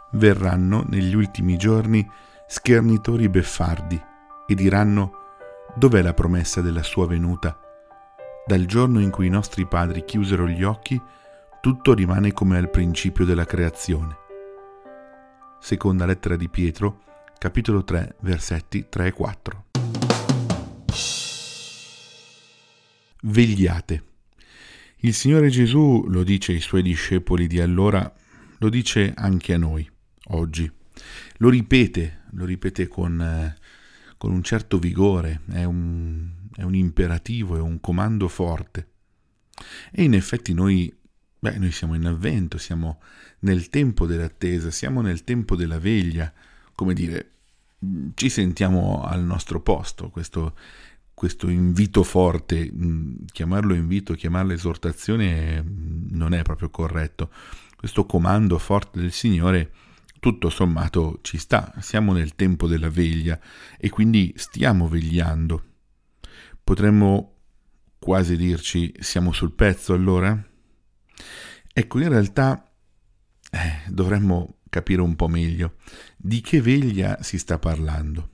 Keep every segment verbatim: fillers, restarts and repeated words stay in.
Verranno negli ultimi giorni schernitori beffardi e diranno: dov'è la promessa della sua venuta? Dal giorno in cui i nostri padri chiusero gli occhi, tutto rimane come al principio della creazione. Seconda lettera di Pietro, capitolo tre, versetti tre e quattro. Vegliate. Il Signore Gesù lo dice ai Suoi discepoli di allora, lo dice anche a noi, oggi. Lo ripete, lo ripete con, eh, con un certo vigore, è un, è un imperativo, è un comando forte. E in effetti noi, beh, noi siamo in avvento, siamo nel tempo dell'attesa, siamo nel tempo della veglia, come dire, ci sentiamo al nostro posto, questo questo invito forte, chiamarlo invito, chiamarlo esortazione non è proprio corretto. Questo comando forte del Signore, tutto sommato, ci sta. Siamo nel tempo della veglia e quindi stiamo vegliando. Potremmo quasi dirci: siamo sul pezzo allora? Ecco, in realtà eh, dovremmo capire un po' meglio di che veglia si sta parlando.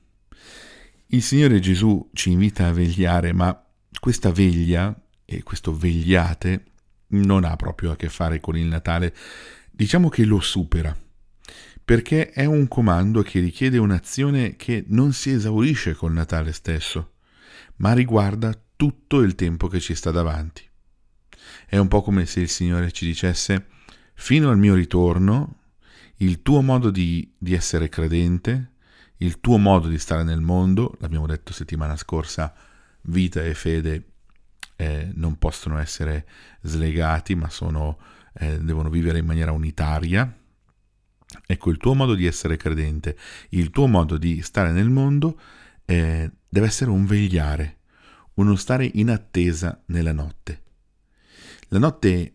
Il Signore Gesù ci invita a vegliare, ma questa veglia e questo vegliate non ha proprio a che fare con il Natale. Diciamo che lo supera, perché è un comando che richiede un'azione che non si esaurisce col Natale stesso, ma riguarda tutto il tempo che ci sta davanti. È un po' come se il Signore ci dicesse: fino al mio ritorno, il tuo modo di, di essere credente, il tuo modo di stare nel mondo, l'abbiamo detto settimana scorsa, vita e fede eh, non possono essere slegati, ma sono, eh, devono vivere in maniera unitaria. Ecco, il tuo modo di essere credente, il tuo modo di stare nel mondo eh, deve essere un vegliare, uno stare in attesa nella notte. La notte,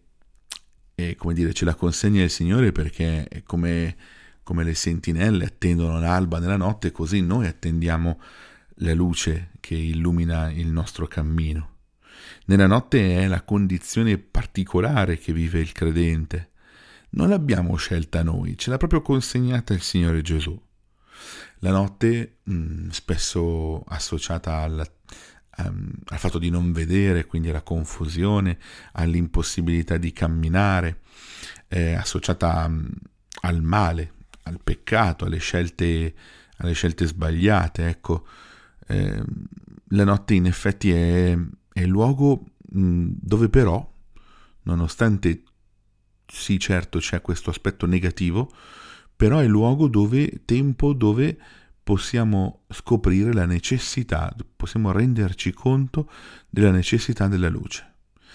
è, come dire, ce la consegna il Signore perché è come... come le sentinelle attendono l'alba nella notte, così noi attendiamo la luce che illumina il nostro cammino. Nella notte è la condizione particolare che vive il credente. Non l'abbiamo scelta noi, ce l'ha proprio consegnata il Signore Gesù. La notte, mh, spesso associata alla, um, al fatto di non vedere, quindi alla confusione, all'impossibilità di camminare, è associata um, al male, al peccato, alle scelte, alle scelte sbagliate. Ecco, eh, la notte in effetti è, è il luogo mh, dove però, nonostante sì certo c'è questo aspetto negativo, però è il luogo dove, tempo dove possiamo scoprire la necessità, possiamo renderci conto della necessità della luce.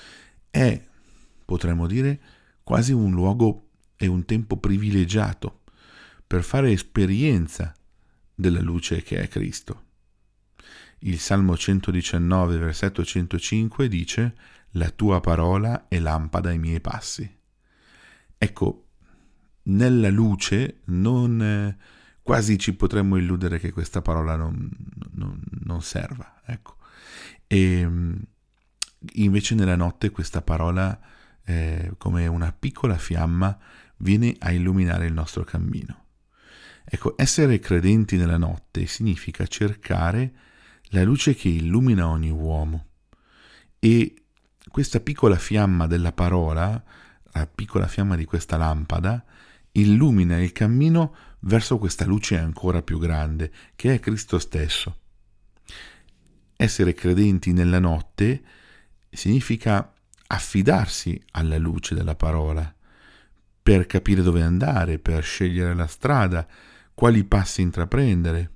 È, potremmo dire, quasi un luogo e un tempo privilegiato per fare esperienza della luce che è Cristo. Il Salmo centodiciannove, versetto centocinque dice: la tua parola è lampada ai miei passi. Ecco, nella luce non eh, quasi ci potremmo illudere che questa parola non, non, non serva. Ecco. E invece nella notte questa parola, eh, come una piccola fiamma, viene a illuminare il nostro cammino. Ecco, essere credenti nella notte significa cercare la luce che illumina ogni uomo, e questa piccola fiamma della parola, la piccola fiamma di questa lampada, illumina il cammino verso questa luce ancora più grande, che è Cristo stesso. Essere credenti nella notte significa affidarsi alla luce della parola, per capire dove andare, per scegliere la strada, quali passi intraprendere.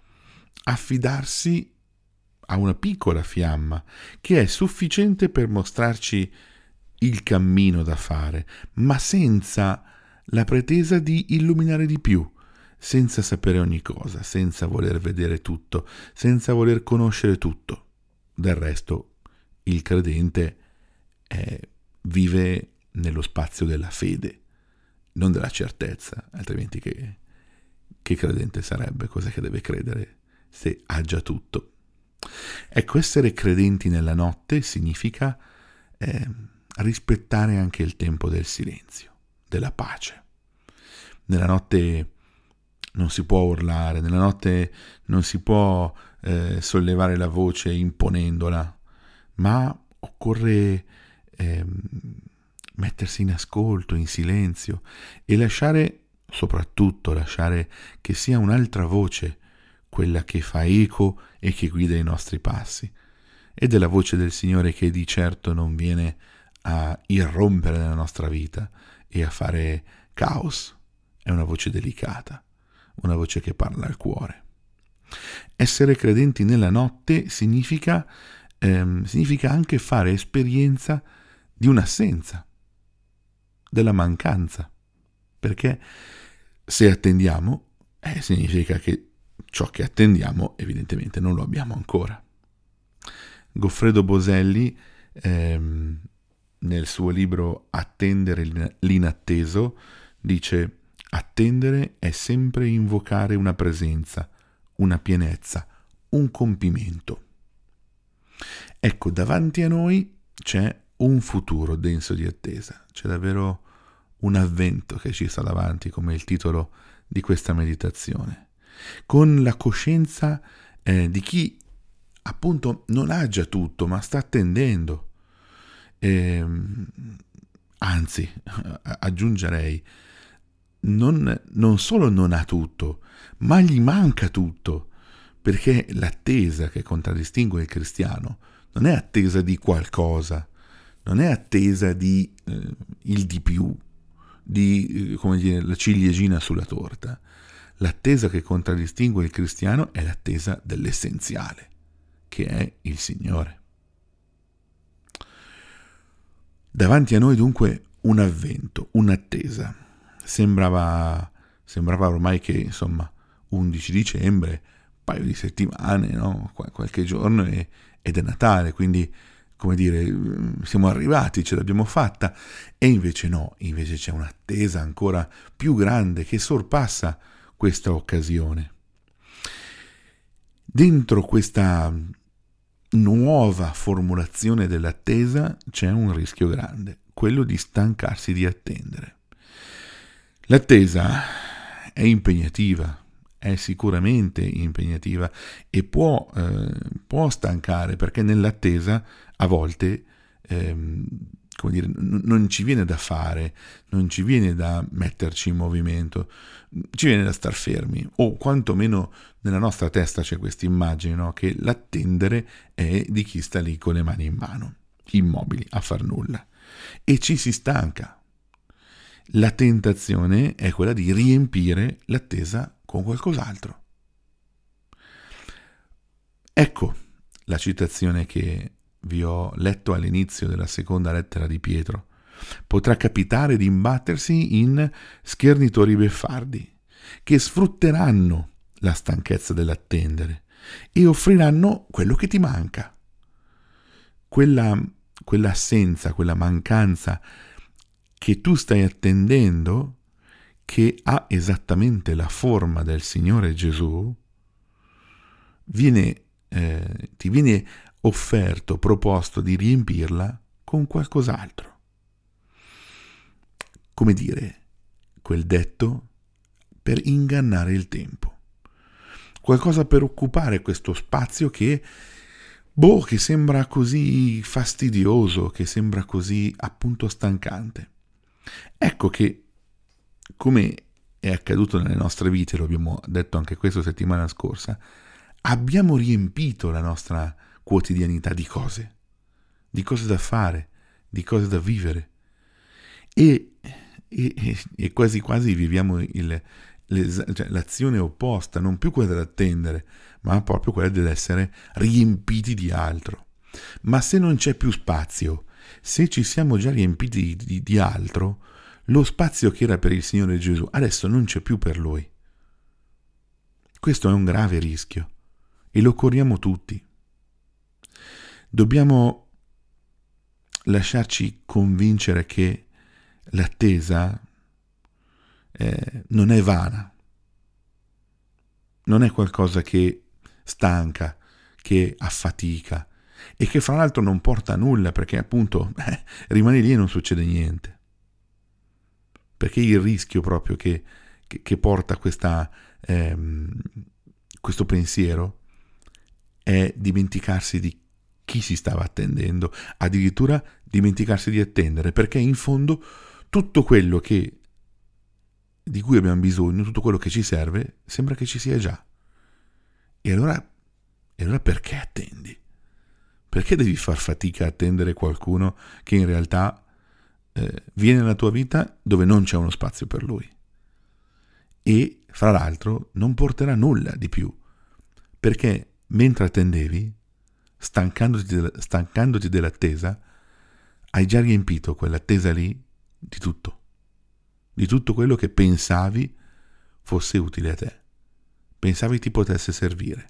Affidarsi a una piccola fiamma che è sufficiente per mostrarci il cammino da fare, ma senza la pretesa di illuminare di più, senza sapere ogni cosa, senza voler vedere tutto, senza voler conoscere tutto. Del resto, il credente eh, vive nello spazio della fede, non della certezza, altrimenti che, che credente sarebbe? Cos'è che deve credere se ha già tutto? Ecco, essere credenti nella notte significa eh, rispettare anche il tempo del silenzio, della pace. nella notte non si può urlare, nella notte non si può eh, sollevare la voce imponendola, ma occorre eh, mettersi in ascolto, in silenzio e lasciare, soprattutto lasciare che sia un'altra voce quella che fa eco e che guida i nostri passi. Ed è la voce del Signore che di certo non viene a irrompere nella nostra vita e a fare caos. È una voce delicata, una voce che parla al cuore. Essere credenti nella notte significa, ehm, significa anche fare esperienza di un'assenza, della mancanza, perché se attendiamo, eh, significa che ciò che attendiamo evidentemente non lo abbiamo ancora. Goffredo Boselli, ehm, nel suo libro Attendere l'inatteso, dice: attendere è sempre invocare una presenza, una pienezza, un compimento. Ecco, davanti a noi c'è un futuro denso di attesa, c'è davvero un avvento che ci sta davanti, come il titolo di questa meditazione, con la coscienza eh, di chi appunto non ha già tutto, ma sta attendendo. E, anzi, aggiungerei, non, non solo non ha tutto, ma gli manca tutto, perché l'attesa che contraddistingue il cristiano non è attesa di qualcosa, non è attesa di eh, il di più, di eh, come dire, la ciliegina sulla torta. L'attesa che contraddistingue il cristiano è l'attesa dell'essenziale, che è il Signore. Davanti a noi dunque un avvento, un'attesa. Sembrava, sembrava ormai che, insomma, undici dicembre, un paio di settimane, no? Qual- qualche giorno e, ed è Natale, quindi, come dire, siamo arrivati, ce l'abbiamo fatta, e invece no, invece c'è un'attesa ancora più grande che sorpassa questa occasione. Dentro questa nuova formulazione dell'attesa c'è un rischio grande, quello di stancarsi di attendere. L'attesa è impegnativa, è sicuramente impegnativa e può, eh, può stancare, perché nell'attesa a volte ehm, come dire, n- non ci viene da fare, non ci viene da metterci in movimento, ci viene da star fermi, o quantomeno nella nostra testa c'è questa immagine, no? Che l'attendere è di chi sta lì con le mani in mano, immobili, a far nulla, e ci si stanca. La tentazione è quella di riempire l'attesa con qualcos'altro. Ecco la citazione che vi ho letto all'inizio della seconda lettera di Pietro. Potrà capitare di imbattersi in schernitori beffardi, che sfrutteranno la stanchezza dell'attendere e offriranno quello che ti manca. Quella, quell'assenza, quella mancanza che tu stai attendendo, che ha esattamente la forma del Signore Gesù, viene, eh, ti viene offerto, proposto di riempirla con qualcos'altro. Come dire, quel detto per ingannare il tempo. Qualcosa per occupare questo spazio che, boh, che sembra così fastidioso, che sembra così appunto stancante. Ecco che, come è accaduto nelle nostre vite, lo abbiamo detto anche questa settimana scorsa, abbiamo riempito la nostra quotidianità di cose, di cose da fare, di cose da vivere, e, e, e quasi quasi viviamo il, cioè, l'azione opposta, non più quella dell'attendere, ma proprio quella dell'essere riempiti di altro. Ma se non c'è più spazio, se ci siamo già riempiti di, di, di altro, lo spazio che era per il Signore Gesù adesso non c'è più per Lui. Questo è un grave rischio e lo corriamo tutti. Dobbiamo lasciarci convincere che l'attesa eh, non è vana, non è qualcosa che stanca, che affatica e che fra l'altro non porta a nulla, perché appunto eh, rimani lì e non succede niente. Perché il rischio proprio che, che, che porta questa, ehm, questo pensiero è dimenticarsi di chi si stava attendendo, addirittura dimenticarsi di attendere, perché in fondo tutto quello che di cui abbiamo bisogno, tutto quello che ci serve, sembra che ci sia già. E allora, e allora perché attendi? Perché devi far fatica a attendere qualcuno che in realtà eh, viene nella tua vita dove non c'è uno spazio per lui? E, fra l'altro, non porterà nulla di più, perché mentre attendevi, stancandoti, de- stancandoti dell'attesa, hai già riempito quell'attesa lì di tutto, di tutto quello che pensavi fosse utile a te, pensavi ti potesse servire.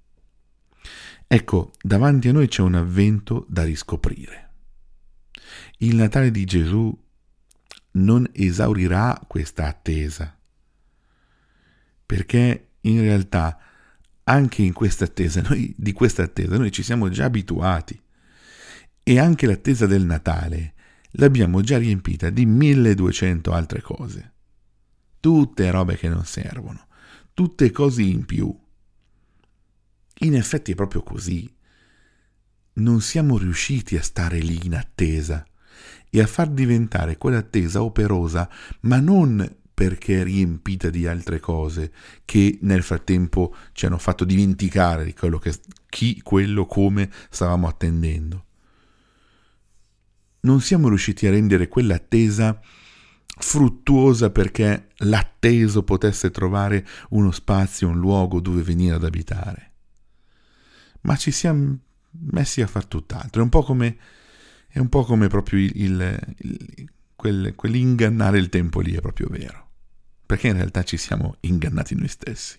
Ecco, davanti a noi c'è un avvento da riscoprire. Il Natale di Gesù non esaurirà questa attesa, perché in realtà anche in questa attesa, noi, di questa attesa, noi ci siamo già abituati, e anche l'attesa del Natale l'abbiamo già riempita di milleduecento altre cose, tutte robe che non servono, tutte cose in più. In effetti è proprio così. Non siamo riusciti a stare lì in attesa e a far diventare quell'attesa operosa, ma non perché riempita di altre cose che nel frattempo ci hanno fatto dimenticare di quello che, chi, quello, come stavamo attendendo. Non siamo riusciti a rendere quell'attesa fruttuosa perché l'atteso potesse trovare uno spazio, un luogo dove venire ad abitare. Ma ci siamo messi a far tutt'altro. È un po' come, è un po' come proprio il, il, il, quel, quell'ingannare il tempo lì è proprio vero. Perché in realtà ci siamo ingannati noi stessi.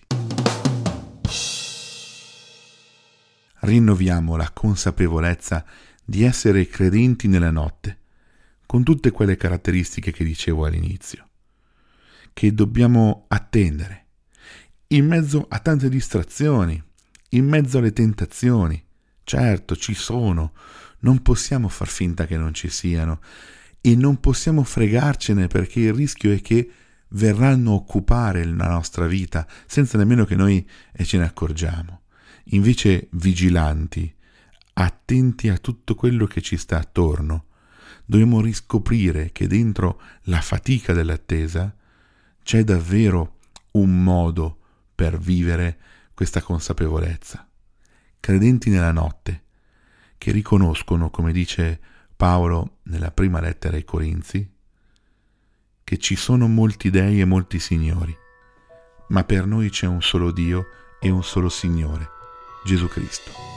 Rinnoviamo la consapevolezza di essere credenti nella notte, con tutte quelle caratteristiche che dicevo all'inizio, che dobbiamo attendere, in mezzo a tante distrazioni, in mezzo alle tentazioni. Certo, ci sono, non possiamo far finta che non ci siano e non possiamo fregarcene, perché il rischio è che verranno a occupare la nostra vita senza nemmeno che noi ce ne accorgiamo. Invece vigilanti, attenti a tutto quello che ci sta attorno, dobbiamo riscoprire che dentro la fatica dell'attesa c'è davvero un modo per vivere questa consapevolezza. Credenti nella notte, che riconoscono, come dice Paolo nella prima lettera ai Corinzi, che ci sono molti dei e molti signori, ma per noi c'è un solo Dio e un solo Signore, Gesù Cristo.